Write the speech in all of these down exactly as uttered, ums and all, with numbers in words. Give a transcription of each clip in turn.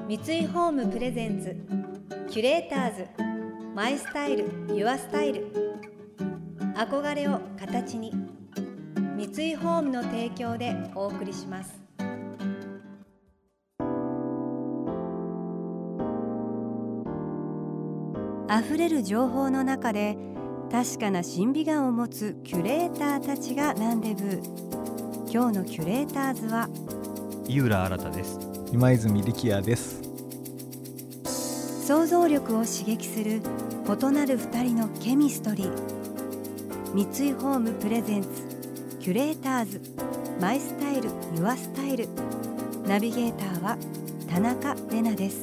三井ホームプレゼンツキュレーターズマイスタイルユアスタイル、憧れを形に、三井ホームの提供でお送りします。あふれる情報の中で確かな審美眼を持つキュレーターたちがランデブー。今日のキュレーターズは井浦新です。 今泉力也です。 想像力を刺激する異なる二人のケミストリー。三井ホームプレゼンツキュレーターズマイスタイルユアスタイル、ナビゲーターは田中れなです。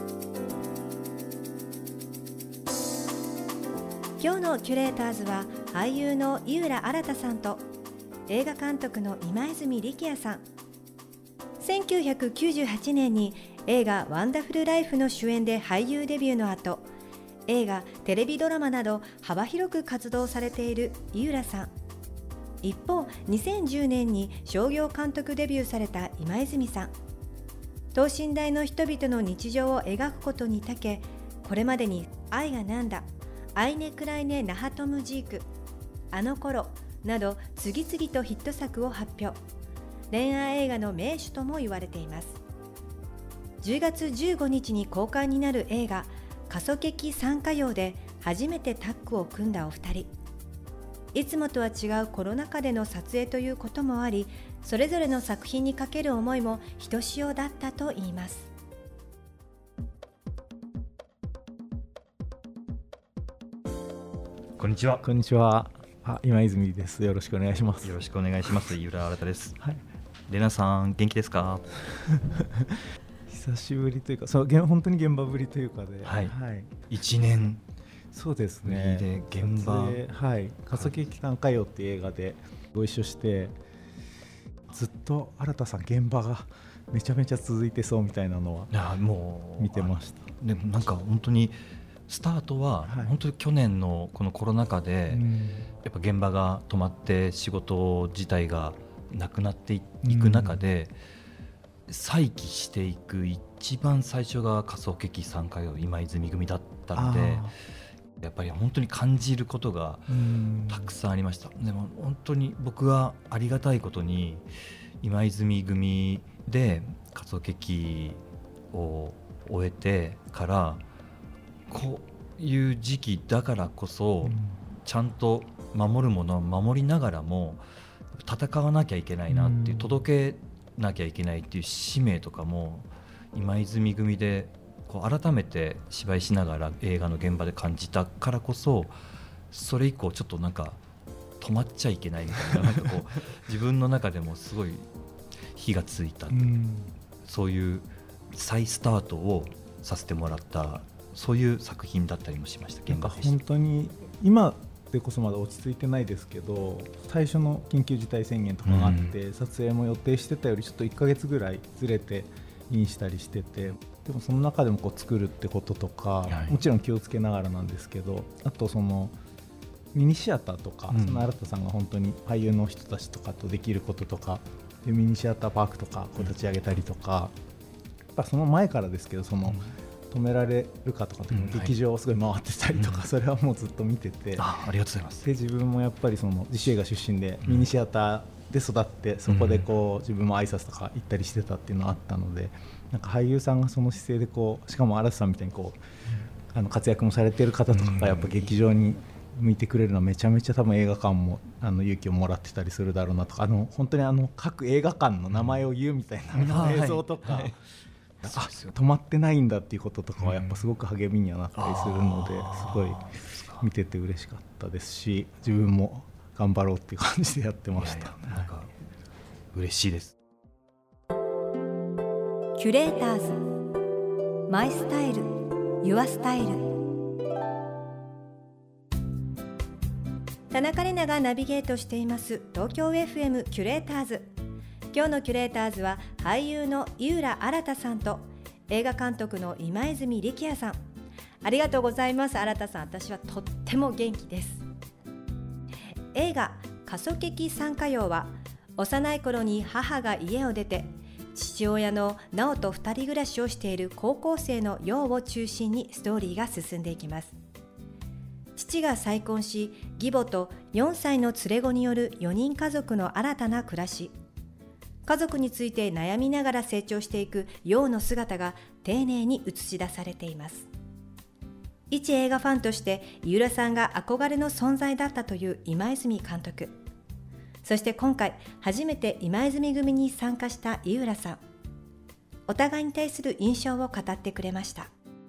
今日のキュレーターズは俳優の井浦新さんと映画監督の今泉力也さん。せんきゅうひゃくきゅうじゅうはちねんに映画ワンダフルライフの主演で俳優デビューの後、映画、テレビドラマなど幅広く活動されている井浦さん。一方、にせんじゅうねんに商業監督デビューされた今泉さん。等身大の人々の日常を描くことに長け、これまでに愛がなんだ、アイネクライネナハトムジーク、あの頃など次々とヒット作を発表。恋愛映画の名手とも言われています。じゅうがつじゅうごにちに公開になる映画過疎劇賛歌謡で初めてタッグを組んだお二人。いつもとは違うコロナ禍での撮影ということもあり、それぞれの作品にかける思いもひとしおだったといいます。 こんにちは。 こんにちは。あ、今泉です。よろしくお願いします。 よろしくお願いします。井浦新です。 はい。 レナさん元気ですか？ 久しぶりというか、そう本当に現場ぶりというかで、 はい。 はい、 いちねん。 そうですね。 で現場、 はい。過疎劇賛歌謡っていう映画でご一緒して、ずっと新さん現場がめちゃめちゃ続いてそうみたいなのは、いやもう見てました。 でもなんか本当にスタートは本当に去年のこのコロナ禍で、はい、やっぱ現場が止まって仕事自体がなくなっていく中で、うん、再起していく一番最初が過疎劇賛歌謡今泉組だったので、やっぱり本当に感じることがたくさんありました。でも本当に僕はありがたいことに今泉組で過疎劇を終えてからこういう時期だからこそ、ちゃんと守るものを守りながらも戦わなきゃいけないなっていう、届けなきゃいけないっていう使命とかも今泉組でこう改めて芝居しながら映画の現場で感じたからこそ、それ以降ちょっとなんか止まっちゃいけないみたいな、なんかこう自分の中でもすごい火がついた、そういう再スタートをさせてもらった、そういう作品だったりもしました。現場でした。 本当に今でこそまだ落ち着いてないですけど、最初の緊急事態宣言とかがあって、うん、撮影も予定してたよりちょっといっかげつぐらいずれてインしたりしてて、でもその中でもこう作るってこととか、はい、もちろん気をつけながらなんですけど、あとそのミニシアターとか、うん、その新さんが本当に俳優の人たちとかとできることとかで、ミニシアターパークとかこう立ち上げたりとか、うん、やっぱその前からですけど、その、うん、止められるかとか、劇場をすごい回ってたりとか、うん、それはもうずっと見てて、 あ、ありがとうございます。 で自分もやっぱりその自主映画出身でミニシアターで育って、そこでこう自分も挨拶とか行ったりしてたっていうのがあったので、なんか俳優さんがその姿勢でこう、しかも新さんみたいにこう、あの活躍もされている方とかがやっぱ劇場に向いてくれるのはめちゃめちゃ多分映画館もあの勇気をもらってたりするだろうなとか、あの本当にあの各映画館の名前を言うみたいな映像とか、はいはい、あ、止まってないんだっていうこととかはやっぱすごく励みにはなったりするので、すごい見てて嬉しかったですし、自分も頑張ろうっていう感じでやってました。いやいや、なんか嬉しいです。 キュレーターズマイスタイルユアスタイル、田中れながナビゲートしています東京 エフエム キュレーターズ。今日のキュレーターズは俳優の井浦新さんと映画監督の今泉力也さん。ありがとうございます。新さん、私はとっても元気です。映画過疎劇賛歌謡は、幼い頃に母が家を出て父親の直と二人暮らしをしている高校生の陽を中心にストーリーが進んでいきます。父が再婚し、義母とよんさいの連れ子によるよにん家族の新たな暮らし、家族について悩みながら成長していく陽の姿が丁寧に映し出されています。一映画ファンとして井浦さんが憧れの存在だったという今泉監督。そして今回初めて今泉組に参加した井浦さん。お互いに対する印象を語ってくれました。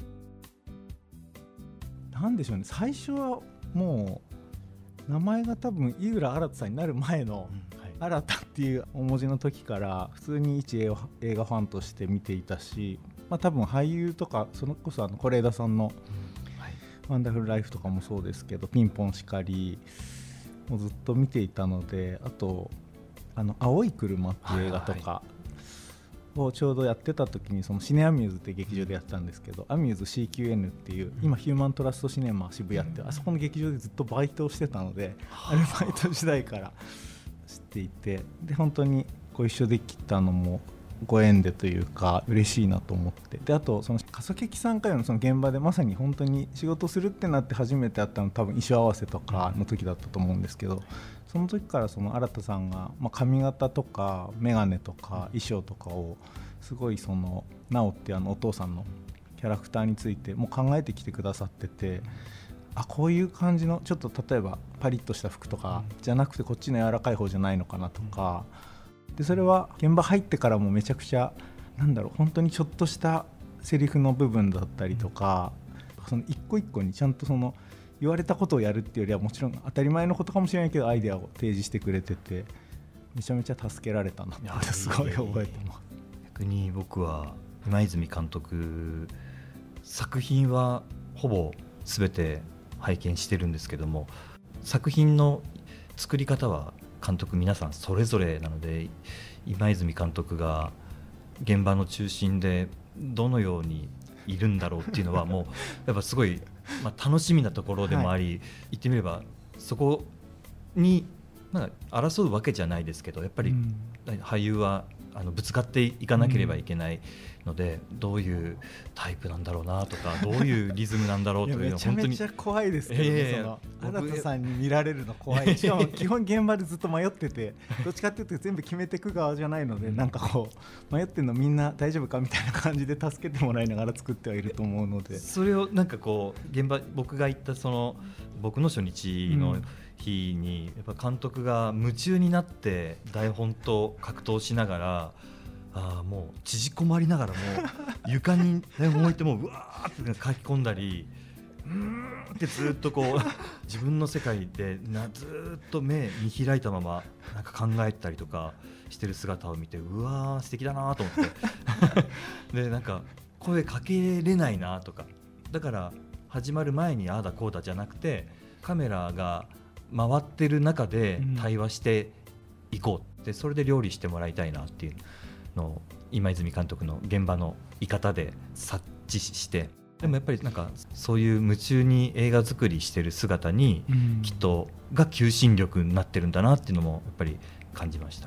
なんでしょうね、最初はもう名前が多分井浦新さんになる前の新っていう大文字の時から普通に一映画ファンとして見ていたし、まあ、多分俳優とかそれこそあの是枝さんのワンダフルライフとかもそうですけど、ピンポンしかりもうずっと見ていたので、あとあの青い車っていう映画とかをちょうどやってた時に、そのシネアミューズって劇場でやってたんですけど、アミューズ シーキューエヌ っていう今ヒューマントラストシネマ渋谷ってあそこの劇場でずっとバイトをしてたので、アルバイト時代から知っていて、で本当にご一緒できたのもご縁でというか嬉しいなと思って、であとその過疎劇さんかいのその現場でまさに本当に仕事するってなって初めて会ったの多分衣装合わせとかの時だったと思うんですけど、その時からその新さんが、まあ、髪型とか眼鏡とか衣装とかをすごいその直っていうあのお父さんのキャラクターについてもう考えてきてくださってて、あこういう感じのちょっと例えばパリッとした服とかじゃなくてこっちの柔らかい方じゃないのかなとか、でそれは現場入ってからもめちゃくちゃなんだろう、本当にちょっとしたセリフの部分だったりとか、その一個一個にちゃんとその言われたことをやるっていうよりはもちろん当たり前のことかもしれないけどアイデアを提示してくれてて、めちゃめちゃ助けられたなってすごい覚えてます。 逆に僕は今泉監督作品はほぼ全て拝見してるんですけども、作品の作り方は監督皆さんそれぞれなので、今泉監督が現場の中心でどのようにいるんだろうっていうのはもうやっぱすごい、まあ、楽しみなところでもあり、はい、言ってみればそこにまあ争うわけじゃないですけど、やっぱり俳優はあのぶつかっていかなければいけないので、うん、どういうタイプなんだろうなとかどういうリズムなんだろうというのは本当にめちゃめちゃ怖いですけどね、えー、その新さんに見られるの怖い。しかも基本現場でずっと迷っててどっちかっていうと全部決めていく側じゃないので、なんかこう迷ってるのみんな大丈夫かみたいな感じで助けてもらいながら作ってはいると思うので、 それをなんかこう現場僕が行ったその僕の初日の日にやっぱ監督が夢中になって台本と格闘しながら、あもう縮こまりながらもう床に台本置いてもううわーって書き込んだり、うーんってずっとこう自分の世界でなずっと目見開いたままなんか考えたりとかしてる姿を見て、うわー素敵だなと思ってでなんか声かけれないなとか、だから始まる前にああだこうだじゃなくてカメラが回ってる中で対話していこうって、それで料理してもらいたいなっていうのを今泉監督の現場の居方で察知して、でもやっぱりなんかそういう夢中に映画作りしてる姿にきっとが求心力になってるんだなっていうのもやっぱり感じました。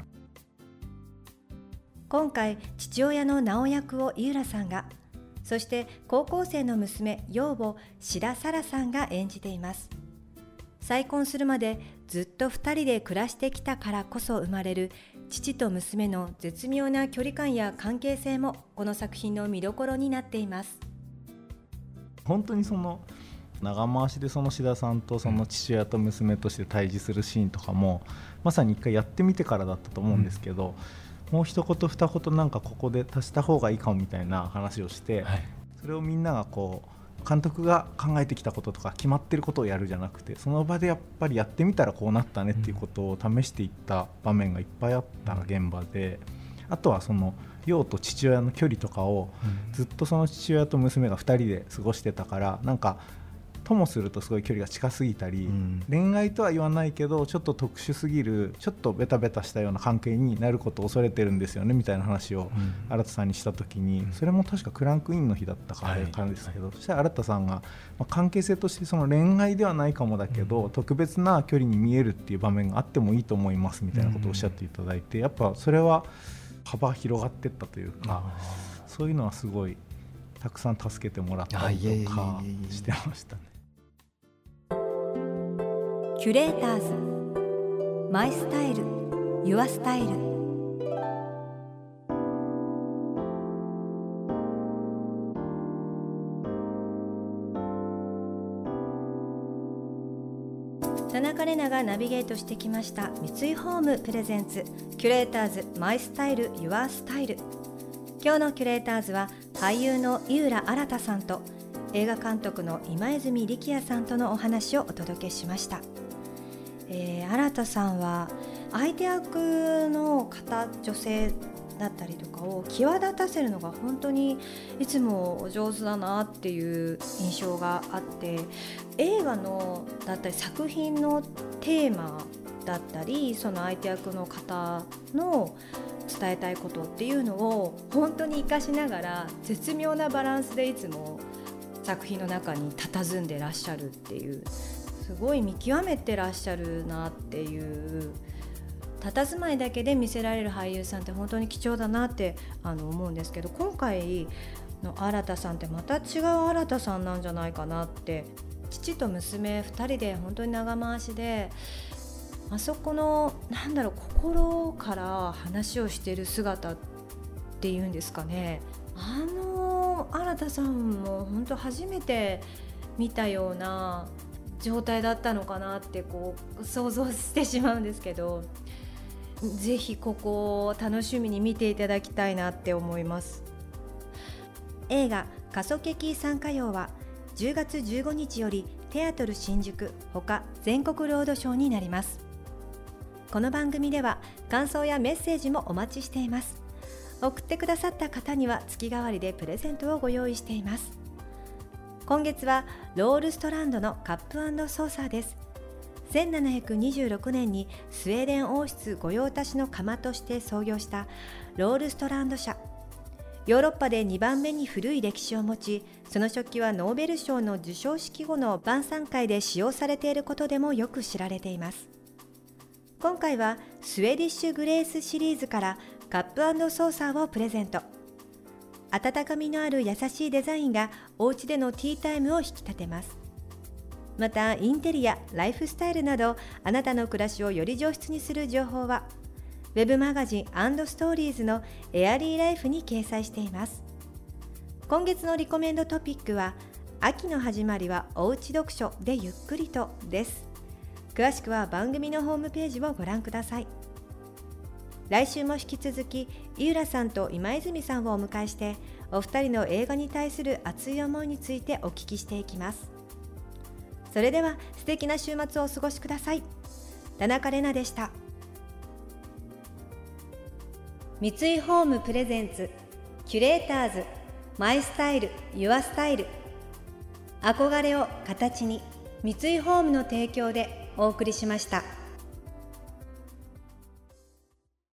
今回父親の直役を井浦さんが、そして高校生の娘陽を志田沙羅さんが演じています。再婚するまでずっとふたりで暮らしてきたからこそ生まれる父と娘の絶妙な距離感や関係性もこの作品の見どころになっています。 本当にその長回しでその志田さんとその父親と娘として対峙するシーンとかもまさに一回やってみてからだったと思うんですけど、うん、もう一言二言なんかここで足した方がいいかもみたいな話をして、はい、それをみんながこう監督が考えてきたこととか決まってることをやるじゃなくて、その場でやっぱりやってみたらこうなったねっていうことを試していった場面がいっぱいあった現場で、あとはその陽と父親の距離とかをずっとその父親と娘がふたりで過ごしてたから、なんかともするとすごい距離が近すぎたり、うん、恋愛とは言わないけどちょっと特殊すぎるちょっとベタベタしたような関係になることを恐れてるんですよねみたいな話を新さんにした時に、うん、それも確かクランクインの日だったからですけど、はい、そしたら新さんが、まあ、関係性としてその恋愛ではないかもだけど、うん、特別な距離に見えるっていう場面があってもいいと思いますみたいなことをおっしゃっていただいて、やっぱそれは幅広がっていったというか、そういうのはすごいたくさん助けてもらったりとかしてましたね。 キュレーターズマイスタイルユアスタイル。田中玲奈がナビゲートしてきました三井ホームプレゼンツキュレーターズマイスタイルユアスタイル。今日のキュレーターズは俳優の井浦新さんと映画監督の今泉力也さんとのお話をお届けしました。えー、新さんは相手役の方、女性だったりとかを際立たせるのが本当にいつもお上手だなっていう印象があって、映画のだったり作品のテーマだったり、その相手役の方の伝えたいことっていうのを本当に生かしながら絶妙なバランスでいつも作品の中に佇んでらっしゃるっていう、すごい見極めてらっしゃるなっていう、佇まいだけで見せられる俳優さんって本当に貴重だなってあの思うんですけど、今回の新さんってまた違う新さんなんじゃないかなって。父と娘ふたりで本当に長回しで、あそこのなんだろう、心から話をしている姿っていうんですかね、あの新さんも本当初めて見たような状態だったのかなってこう想像してしまうんですけど、ぜひここを楽しみに見ていただきたいなって思います。映画過疎劇参加用はじゅうがつじゅうごにちよりテアトル新宿ほか全国ロードショーになります。この番組では感想やメッセージもお待ちしています。送ってくださった方には月替わりでプレゼントをご用意しています。今月はロールストランドのカップ&ソーサーです。せんななひゃくにじゅうろくねんにスウェーデン王室御用達の窯として創業したロールストランド社。ヨーロッパでにばんめに古い歴史を持ち、その食器はノーベル賞の授賞式後の晩餐会で使用されていることでもよく知られています。今回はスウェディッシュグレースシリーズからカップ&ソーサーをプレゼント。温かみのある優しいデザインがお家でのティータイムを引き立てます。またインテリア、ライフスタイルなどあなたの暮らしをより上質にする情報はウェブマガジン&ストーリーズのエアリーライフに掲載しています。今月のリコメンドトピックは秋の始まりはおうち読書でゆっくりとです。詳しくは番組のホームページをご覧ください。来週も引き続き井浦さんと今泉さんをお迎えしてお二人の映画に対する熱い思いについてお聞きしていきます。それでは素敵な週末をお過ごしください。田中玲奈でした。三井ホームプレゼンツキュレーターズマイスタイルユアスタイル。憧れを形に、三井ホームの提供でお送りしました。